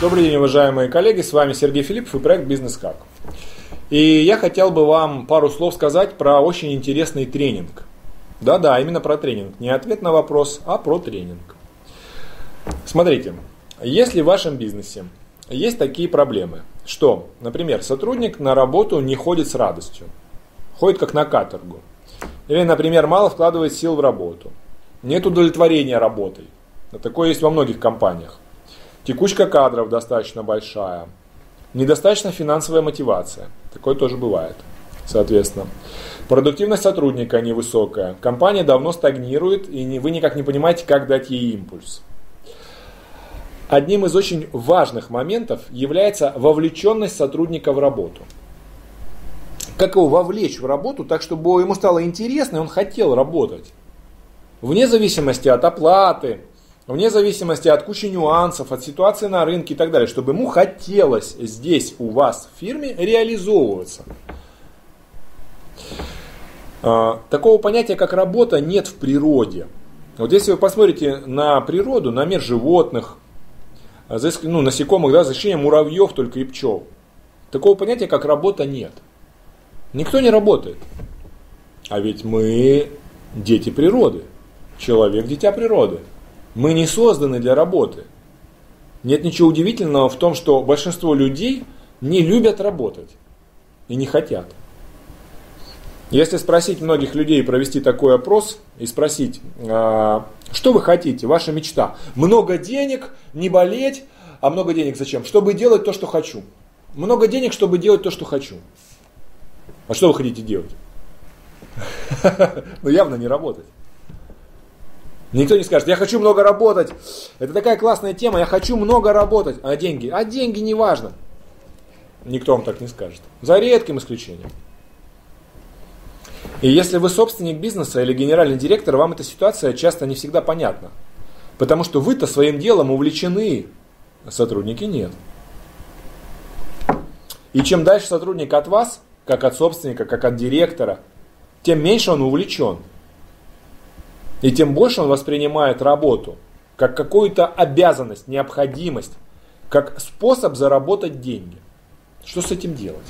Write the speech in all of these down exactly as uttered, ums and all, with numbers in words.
Добрый день, уважаемые коллеги, с вами Сергей Филиппов и проект «Бизнес Хак». И я хотел бы вам пару слов сказать про очень интересный тренинг. Да-да, именно про тренинг. Не ответ на вопрос, а про тренинг. Смотрите, если в вашем бизнесе есть такие проблемы, что, например, сотрудник на работу не ходит с радостью, ходит как на каторгу, или, например, мало вкладывает сил в работу, нет удовлетворения работой, такое есть во многих компаниях, текучка кадров достаточно большая, недостаточно финансовая мотивация, такое тоже бывает, соответственно. Продуктивность сотрудника невысокая, компания давно стагнирует, и вы никак не понимаете, как дать ей импульс. Одним из очень важных моментов является вовлеченность сотрудника в работу. Как его вовлечь в работу так, чтобы ему стало интересно, и он хотел работать. Вне зависимости от оплаты, вне зависимости от кучи нюансов, от ситуации на рынке и так далее, чтобы ему хотелось здесь у вас в фирме реализовываться. Такого понятия, как работа, нет в природе. Вот если вы посмотрите на природу, на мир животных, ну, насекомых, да, за исключением муравьев только и пчел, такого понятия, как работа, нет. Никто не работает. А ведь мы дети природы. Человек – дитя природы. Мы не созданы для работы. Нет ничего удивительного в том, что большинство людей не любят работать и не хотят. Если спросить многих людей, провести такой опрос и спросить, что вы хотите, ваша мечта? Много денег, не болеть, а много денег зачем? Чтобы делать то, что хочу. Много денег, чтобы делать то, что хочу. А что вы хотите делать? Ну явно не работать. Никто не скажет, я хочу много работать. Это такая классная тема, я хочу много работать. А деньги? А деньги не важно. Никто вам так не скажет. За редким исключением. И если вы собственник бизнеса или генеральный директор, вам эта ситуация часто не всегда понятна. Потому что вы-то своим делом увлечены, а сотрудники нет. И чем дальше сотрудник от вас, как от собственника, как от директора, тем меньше он увлечен. И тем больше он воспринимает работу как какую-то обязанность, необходимость, как способ заработать деньги. Что с этим делать?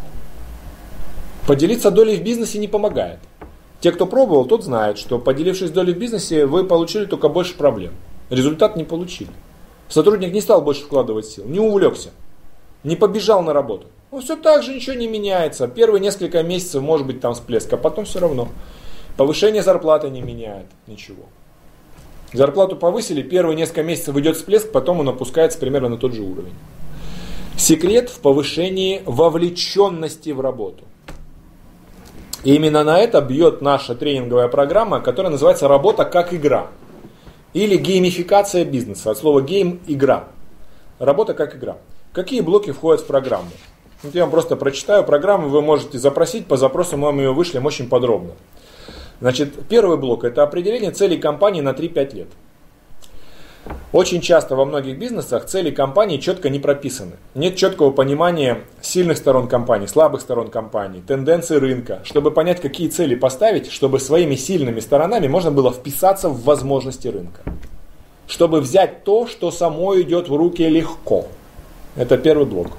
Поделиться долей в бизнесе не помогает. Те, кто пробовал, тот знает, что поделившись долей в бизнесе, вы получили только больше проблем. Результат не получили. Сотрудник не стал больше вкладывать сил, не увлекся, не побежал на работу. Ну, все так же, ничего не меняется. Первые несколько месяцев может быть там всплеск, а потом все равно. Повышение зарплаты не меняет ничего. Зарплату повысили, первые несколько месяцев идет всплеск, потом он опускается примерно на тот же уровень. Секрет в повышении вовлеченности в работу. И именно на это бьет наша тренинговая программа, которая называется «Работа как игра». Или геймификация бизнеса. От слова гейм – игра. Работа как игра. Какие блоки входят в программу? Вот я вам просто прочитаю программу, вы можете запросить, по запросу мы вам ее вышлем очень подробно. Значит, первый блок – это определение целей компании на три-пять лет. Очень часто во многих бизнесах цели компании четко не прописаны. Нет четкого понимания сильных сторон компании, слабых сторон компании, тенденций рынка. Чтобы понять, какие цели поставить, чтобы своими сильными сторонами можно было вписаться в возможности рынка. Чтобы взять то, что само идет в руки легко. Это первый блок.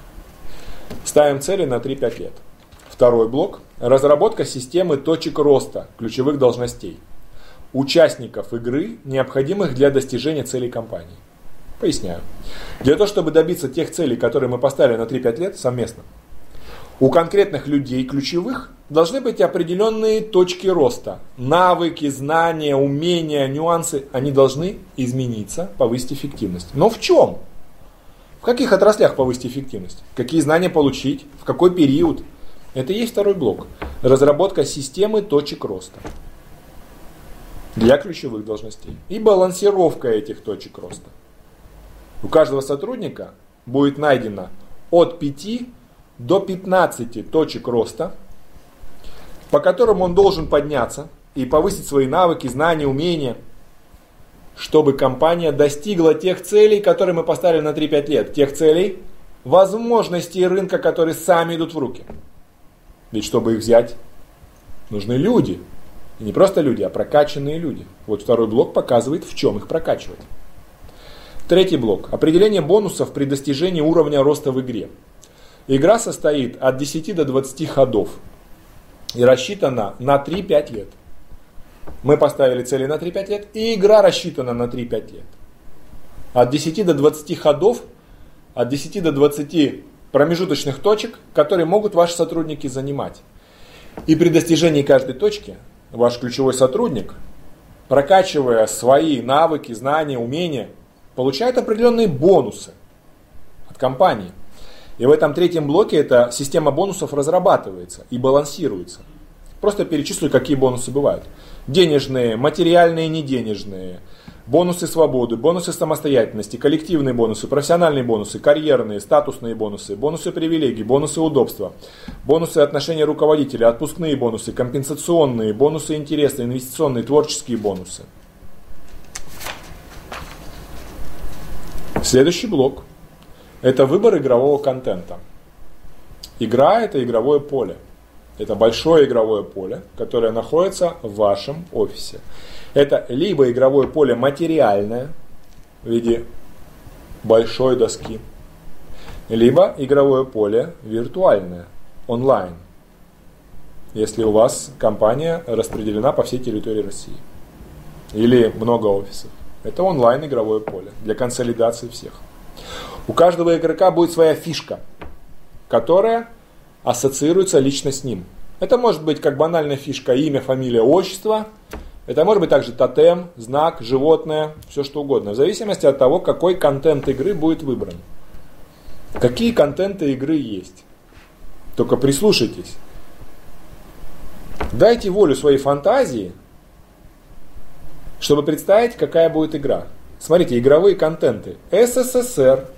Ставим цели на три-пять лет. Второй блок – разработка системы точек роста ключевых должностей. Участников игры, необходимых для достижения целей компании. Поясняю. Для того, чтобы добиться тех целей, которые мы поставили на три-пять лет совместно, у конкретных людей ключевых должны быть определенные точки роста. Навыки, знания, умения, нюансы. Они должны измениться, повысить эффективность. Но в чем? В каких отраслях повысить эффективность? Какие знания получить? В какой период? Это и есть второй блок. Разработка системы точек роста. Для ключевых должностей. И балансировка этих точек роста. У каждого сотрудника будет найдено от пяти до пятнадцати точек роста, по которым он должен подняться и повысить свои навыки, знания, умения, чтобы компания достигла тех целей, которые мы поставили на три-пять лет. Тех целей, возможностей рынка, которые сами идут в руки. Ведь чтобы их взять, нужны люди. И не просто люди, а прокачанные люди. Вот второй блок показывает, в чем их прокачивать. Третий блок. Определение бонусов при достижении уровня роста в игре. Игра состоит от десяти до двадцати ходов и рассчитана на три-пять лет. Мы поставили цели на три-пять лет, и игра рассчитана на три-пять лет. От десяти до двадцати ходов, от десяти до двадцати промежуточных точек, которые могут ваши сотрудники занимать. И при достижении каждой точки ваш ключевой сотрудник, прокачивая свои навыки, знания, умения, получает определенные бонусы от компании. И в этом третьем блоке эта система бонусов разрабатывается и балансируется. Просто перечислю, какие бонусы бывают. Денежные, материальные, неденежные, бонусы свободы, бонусы самостоятельности, коллективные бонусы, профессиональные бонусы, карьерные, статусные бонусы, бонусы привилегий, бонусы удобства, бонусы отношения руководителя, отпускные бонусы, компенсационные, бонусы интереса, инвестиционные, творческие бонусы. Следующий блок – это выбор игрового контента. Игра – это игровое поле. Это большое игровое поле, которое находится в вашем офисе. Это либо игровое поле материальное в виде большой доски, либо игровое поле виртуальное, онлайн, если у вас компания распределена по всей территории России. Или много офисов. Это онлайн игровое поле для консолидации всех. У каждого игрока будет своя фишка, которая ассоциируется лично с ним. Это может быть как банальная фишка имя, фамилия, отчество. Это может быть также тотем, знак, животное, все что угодно. В зависимости от того, какой контент игры будет выбран. Какие контенты игры есть. Только прислушайтесь. Дайте волю своей фантазии, чтобы представить, какая будет игра. Смотрите, игровые контенты. СССР,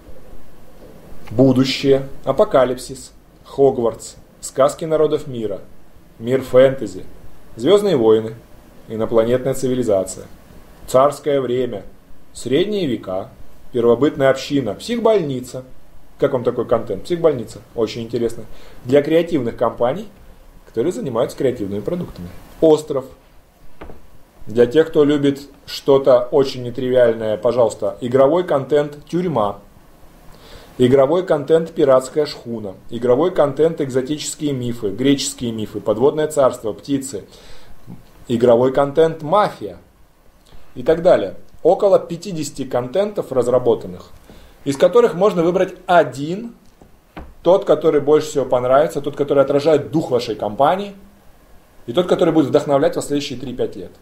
будущее, апокалипсис, Хогвартс, сказки народов мира, мир фэнтези, Звездные войны, инопланетная цивилизация, царское время, средние века, первобытная община, психбольница. Как вам такой контент? Психбольница. Очень интересно. Для креативных компаний, которые занимаются креативными продуктами. Остров. Для тех, кто любит что-то очень нетривиальное, пожалуйста, игровой контент «Тюрьма». Игровой контент «Пиратская шхуна». Игровой контент «Экзотические мифы», «Греческие мифы», «Подводное царство», «Птицы». Игровой контент «Мафия» и так далее. Около пятидесяти контентов разработанных, из которых можно выбрать один, тот, который больше всего понравится, тот, который отражает дух вашей компании, и тот, который будет вдохновлять вас в следующие три-пять лет.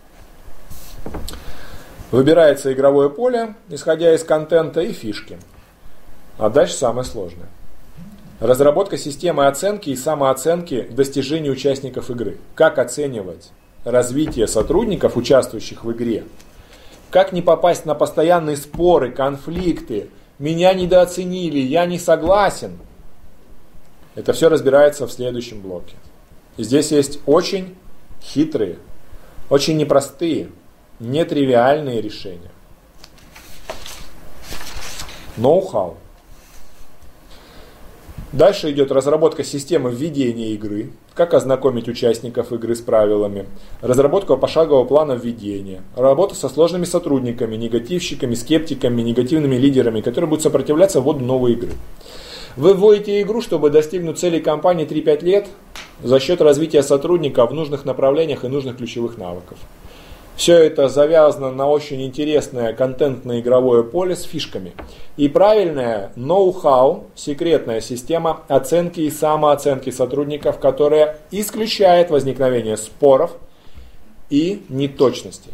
Выбирается игровое поле, исходя из контента и фишки. А дальше самое сложное. Разработка системы оценки и самооценки достижений участников игры. Как оценивать развитие сотрудников, участвующих в игре. Как не попасть на постоянные споры, конфликты. Меня недооценили, я не согласен. Это все разбирается в следующем блоке. И здесь есть очень хитрые, очень непростые, нетривиальные решения. Ноу-хау. Дальше идет разработка системы введения игры, как ознакомить участников игры с правилами, разработка пошагового плана введения, работа со сложными сотрудниками, негативщиками, скептиками, негативными лидерами, которые будут сопротивляться вводу новой игры. Вы вводите игру, чтобы достигнуть целей компании три-пять лет за счет развития сотрудника в нужных направлениях и нужных ключевых навыков. Все это завязано на очень интересное контентное игровое поле с фишками. И правильная ноу-хау, секретная система оценки и самооценки сотрудников, которая исключает возникновение споров и неточностей.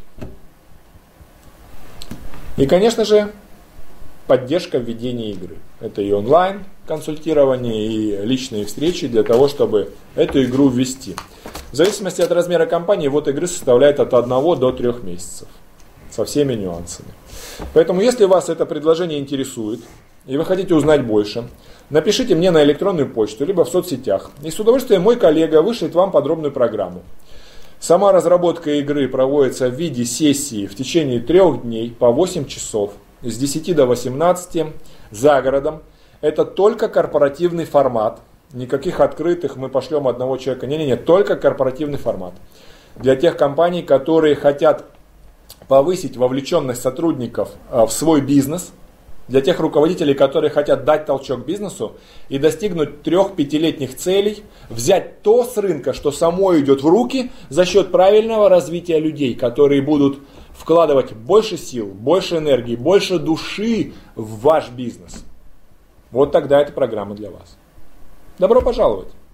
И, конечно же, поддержка введения игры. Это и онлайн консультирование, и личные встречи для того, чтобы эту игру ввести. В зависимости от размера компании, ввод игры составляет от одного до трех месяцев. Со всеми нюансами. Поэтому, если вас это предложение интересует, и вы хотите узнать больше, напишите мне на электронную почту, либо в соцсетях. И с удовольствием мой коллега вышлет вам подробную программу. Сама разработка игры проводится в виде сессии в течение трех дней по восемь часов. С десяти до восемнадцати за городом. Это только корпоративный формат. Никаких открытых мы пошлем одного человека. Не-не-не, только корпоративный формат. Для тех компаний, которые хотят повысить вовлеченность сотрудников в свой бизнес, для тех руководителей, которые хотят дать толчок бизнесу и достигнуть трех-пятилетних целей, взять то с рынка, что само идет в руки за счет правильного развития людей, которые будут вкладывать больше сил, больше энергии, больше души в ваш бизнес. Вот тогда эта программа для вас. Добро пожаловать!